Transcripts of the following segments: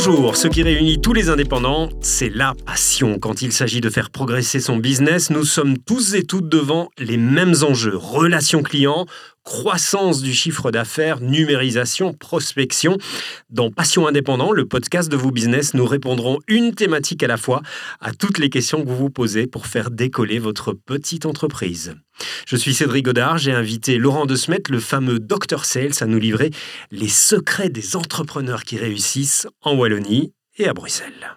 Bonjour, ce qui réunit tous les indépendants, c'est la passion. Quand il s'agit de faire progresser son business, nous sommes tous et toutes devant les mêmes enjeux. Relations clients, croissance du chiffre d'affaires, numérisation, prospection. Dans Passion Indépendant, le podcast de Vous Business, nous répondrons une thématique à la fois à toutes les questions que vous vous posez pour faire décoller votre petite entreprise. Je suis Cédric Godard, j'ai invité Laurent De Smet, le fameux Dr Sales, à nous livrer les secrets des entrepreneurs qui réussissent en Wallonie et à Bruxelles.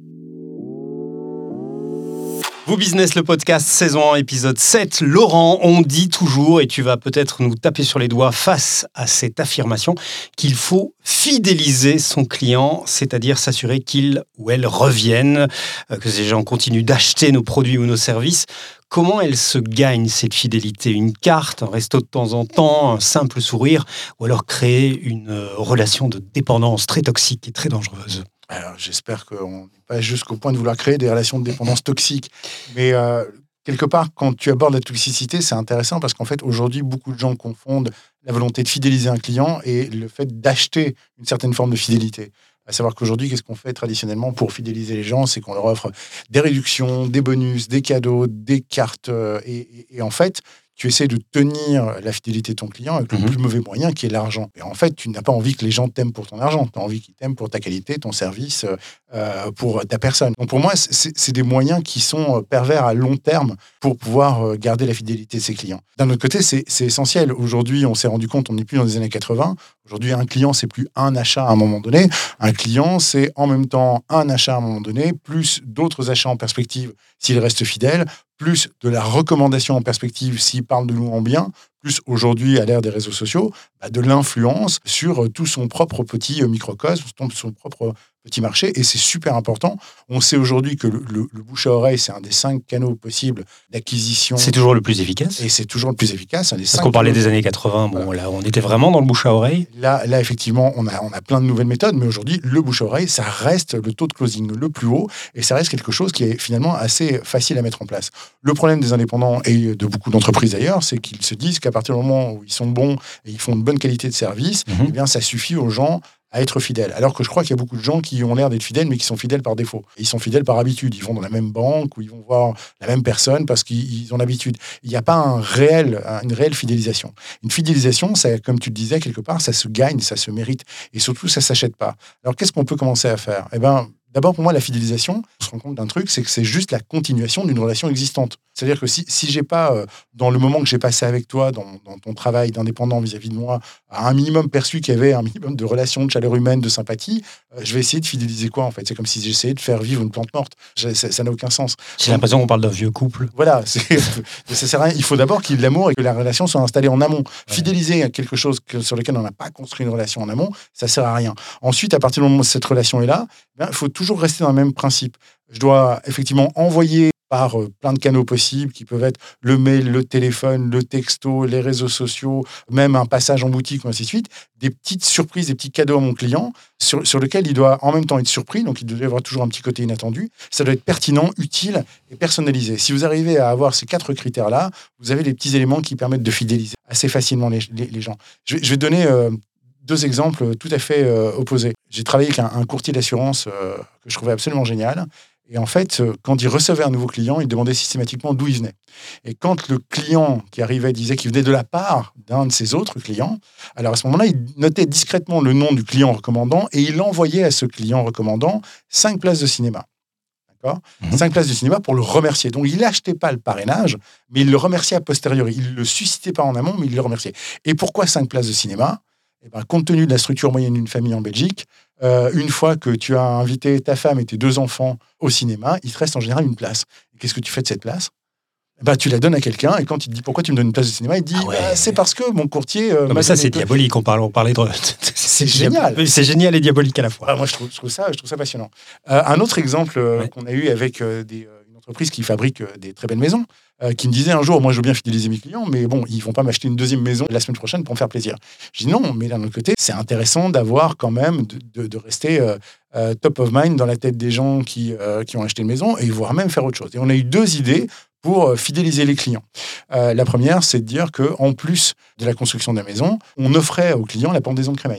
Vous Business, le podcast, saison 1, épisode 7. Laurent, on dit toujours, et tu vas peut-être nous taper sur les doigts face à cette affirmation, qu'il faut fidéliser son client, c'est-à-dire s'assurer qu'il ou elle revienne, que ces gens continuent d'acheter nos produits ou nos services. Comment elle se gagne, cette fidélité ? Une carte, un resto de temps en temps, un simple sourire, ou alors créer une relation de dépendance très toxique et très dangereuse ? Alors, j'espère qu'on n'est pas jusqu'au point de vouloir créer des relations de dépendance toxiques. Mais quelque part, quand tu abordes la toxicité, c'est intéressant parce qu'en fait, aujourd'hui, beaucoup de gens confondent la volonté de fidéliser un client et le fait d'acheter une certaine forme de fidélité. À savoir qu'aujourd'hui, qu'est-ce qu'on fait traditionnellement pour fidéliser les gens ? C'est qu'on leur offre des réductions, des bonus, des cadeaux, des cartes. Et en fait, tu essaies de tenir la fidélité de ton client avec le plus mauvais moyen qui est l'argent. Et en fait, tu n'as pas envie que les gens t'aiment pour ton argent. Tu as envie qu'ils t'aiment pour ta qualité, ton service, pour ta personne. Donc pour moi, c'est des moyens qui sont pervers à long terme pour pouvoir garder la fidélité de ses clients. D'un autre côté, c'est essentiel. Aujourd'hui, on s'est rendu compte, on n'est plus dans les années 80. Aujourd'hui, un client, c'est plus un achat à un moment donné. Un client, c'est en même temps un achat à un moment donné, plus d'autres achats en perspective s'il reste fidèle, plus de la recommandation en perspective s'il parle de nous en bien, plus aujourd'hui, à l'ère des réseaux sociaux, de l'influence sur tout son propre petit microcosme, son propre petit marché. Et c'est super important. On sait aujourd'hui que le bouche à oreille, c'est un des 5 canaux possibles d'acquisition. C'est toujours le plus efficace. Et c'est toujours le plus efficace. Parce qu'on parlait des années 80, là, on était vraiment dans le bouche à oreille. Là, effectivement, on a plein de nouvelles méthodes, mais aujourd'hui, le bouche à oreille, ça reste le taux de closing le plus haut et ça reste quelque chose qui est finalement assez facile à mettre en place. Le problème des indépendants et de beaucoup d'entreprises d'ailleurs, c'est qu'ils se disent qu'à partir du moment où ils sont bons et ils font une bonne qualité de service, eh bien, ça suffit aux gens à être fidèles. Alors que je crois qu'il y a beaucoup de gens qui ont l'air d'être fidèles, mais qui sont fidèles par défaut. Ils sont fidèles par habitude. Ils vont dans la même banque ou ils vont voir la même personne parce qu'ils ont l'habitude. Il n'y a pas une réelle fidélisation. Une fidélisation, ça, comme tu le disais, quelque part, ça se gagne, ça se mérite. Et surtout, ça ne s'achète pas. Alors, qu'est-ce qu'on peut commencer à faire ? Eh bien, d'abord, pour moi, la fidélisation, on se rend compte d'un truc, c'est que c'est juste la continuation d'une relation existante. C'est-à-dire que si j'ai pas, dans le moment que j'ai passé avec toi, dans ton travail d'indépendant vis-à-vis de moi, un minimum perçu qu'il y avait un minimum de relation, de chaleur humaine, de sympathie, je vais essayer de fidéliser quoi, en fait ? C'est comme si j'essayais de faire vivre une plante morte. Ça n'a aucun sens. J'ai l'impression qu'on parle d'un vieux couple. Voilà, ça sert à rien. Il faut d'abord qu'il y ait de l'amour et que la relation soit installée en amont. Ouais. Fidéliser quelque chose sur lequel on n'a pas construit une relation en amont, ça sert à rien. Ensuite, à partir du moment où cette relation est là, il faut toujours rester dans le même principe. Je dois effectivement envoyer par plein de canaux possibles, qui peuvent être le mail, le téléphone, le texto, les réseaux sociaux, même un passage en boutique, ou ainsi de suite, des petites surprises, des petits cadeaux à mon client, sur lequel il doit en même temps être surpris, donc il doit y avoir toujours un petit côté inattendu. Ça doit être pertinent, utile et personnalisé. Si vous arrivez à avoir ces 4 critères-là, vous avez les petits éléments qui permettent de fidéliser assez facilement les gens. Je vais donner 2 exemples tout à fait opposés. J'ai travaillé avec un courtier d'assurance que je trouvais absolument génial. Et en fait, quand il recevait un nouveau client, il demandait systématiquement d'où il venait. Et quand le client qui arrivait disait qu'il venait de la part d'un de ses autres clients, alors à ce moment-là, il notait discrètement le nom du client recommandant et il envoyait à ce client recommandant 5 places de cinéma. D'accord ? 5 places de cinéma pour le remercier. Donc, il n'achetait pas le parrainage, mais il le remerciait a posteriori. Il ne le suscitait pas en amont, mais il le remerciait. Et pourquoi 5 places de cinéma ? Compte tenu de la structure moyenne d'une famille en Belgique, une fois que tu as invité ta femme et tes 2 enfants au cinéma, il te reste en général une place. Et qu'est-ce que tu fais de cette place ? Tu la donnes à quelqu'un et quand il te dit pourquoi tu me donnes une place de cinéma, il te dit c'est parce que mon courtier. Mais ça, c'est diabolique. On parlait de. C'est génial. C'est génial et diabolique à la fois. Moi, je trouve ça passionnant. Un autre exemple qu'on a eu avec une entreprise qui fabrique des très belles maisons, qui me disait un jour, moi je veux bien fidéliser mes clients, mais bon, ils vont pas m'acheter une 2e maison la semaine prochaine pour me faire plaisir. Je dis non, mais d'un autre côté, c'est intéressant d'avoir quand même, de rester top of mind dans la tête des gens qui ont acheté une maison, et voire même faire autre chose. Et on a eu 2 idées pour fidéliser les clients. La première, c'est de dire qu'en plus de la construction de la maison, on offrait aux clients la pendaison de crémaillère.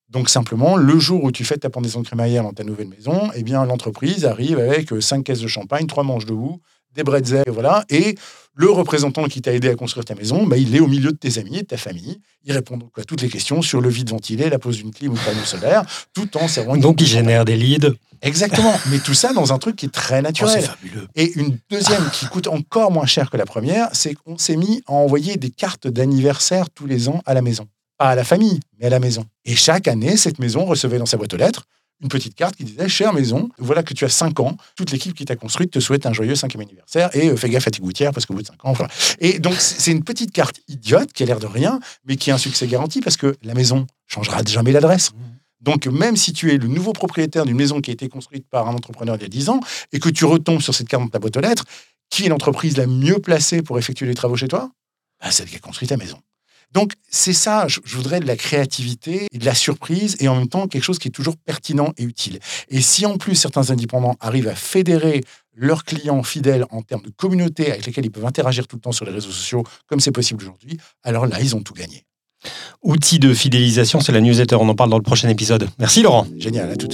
Donc simplement, le jour où tu fais ta pendaison de crémaillère dans ta nouvelle maison, eh bien l'entreprise arrive avec 5 caisses de champagne, 3 manches de houx, des bretzels, voilà, et le représentant qui t'a aidé à construire ta maison, il est au milieu de tes amis et de ta famille. Il répond donc à toutes les questions sur le vide ventilé, la pose d'une clim ou de panneau solaire, tout en servant une... Donc, il génère des leads. Exactement, mais tout ça dans un truc qui est très naturel. C'est fabuleux. Et une deuxième qui coûte encore moins cher que la première, c'est qu'on s'est mis à envoyer des cartes d'anniversaire tous les ans à la maison. Pas à la famille, mais à la maison. Et chaque année, cette maison recevait dans sa boîte aux lettres une petite carte qui disait « Chère maison, voilà que tu as 5 ans, toute l'équipe qui t'a construite te souhaite un joyeux 5e anniversaire et fais gaffe à tes gouttières parce qu'au bout de 5 ans... » voilà. Et donc, c'est une petite carte idiote qui a l'air de rien, mais qui a un succès garanti parce que la maison changera jamais l'adresse. Donc, même si tu es le nouveau propriétaire d'une maison qui a été construite par un entrepreneur il y a 10 ans et que tu retombes sur cette carte dans ta boîte aux lettres, qui est l'entreprise la mieux placée pour effectuer les travaux chez toi ? Celle qui a construit ta maison. Donc, c'est ça, je voudrais de la créativité et de la surprise et en même temps quelque chose qui est toujours pertinent et utile. Et si en plus certains indépendants arrivent à fédérer leurs clients fidèles en termes de communauté avec lesquels ils peuvent interagir tout le temps sur les réseaux sociaux, comme c'est possible aujourd'hui, alors là, ils ont tout gagné. Outil de fidélisation, c'est la newsletter. On en parle dans le prochain épisode. Merci Laurent. Génial, à toutes.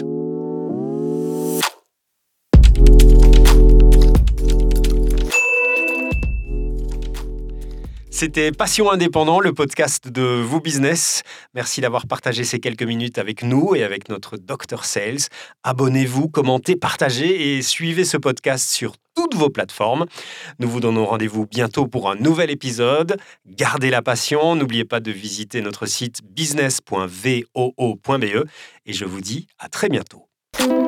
C'était Passion Indépendant, le podcast de Vous Business. Merci d'avoir partagé ces quelques minutes avec nous et avec notre Dr Sales. Abonnez-vous, commentez, partagez et suivez ce podcast sur toutes vos plateformes. Nous vous donnons rendez-vous bientôt pour un nouvel épisode. Gardez la passion. N'oubliez pas de visiter notre site business.voo.be et je vous dis à très bientôt.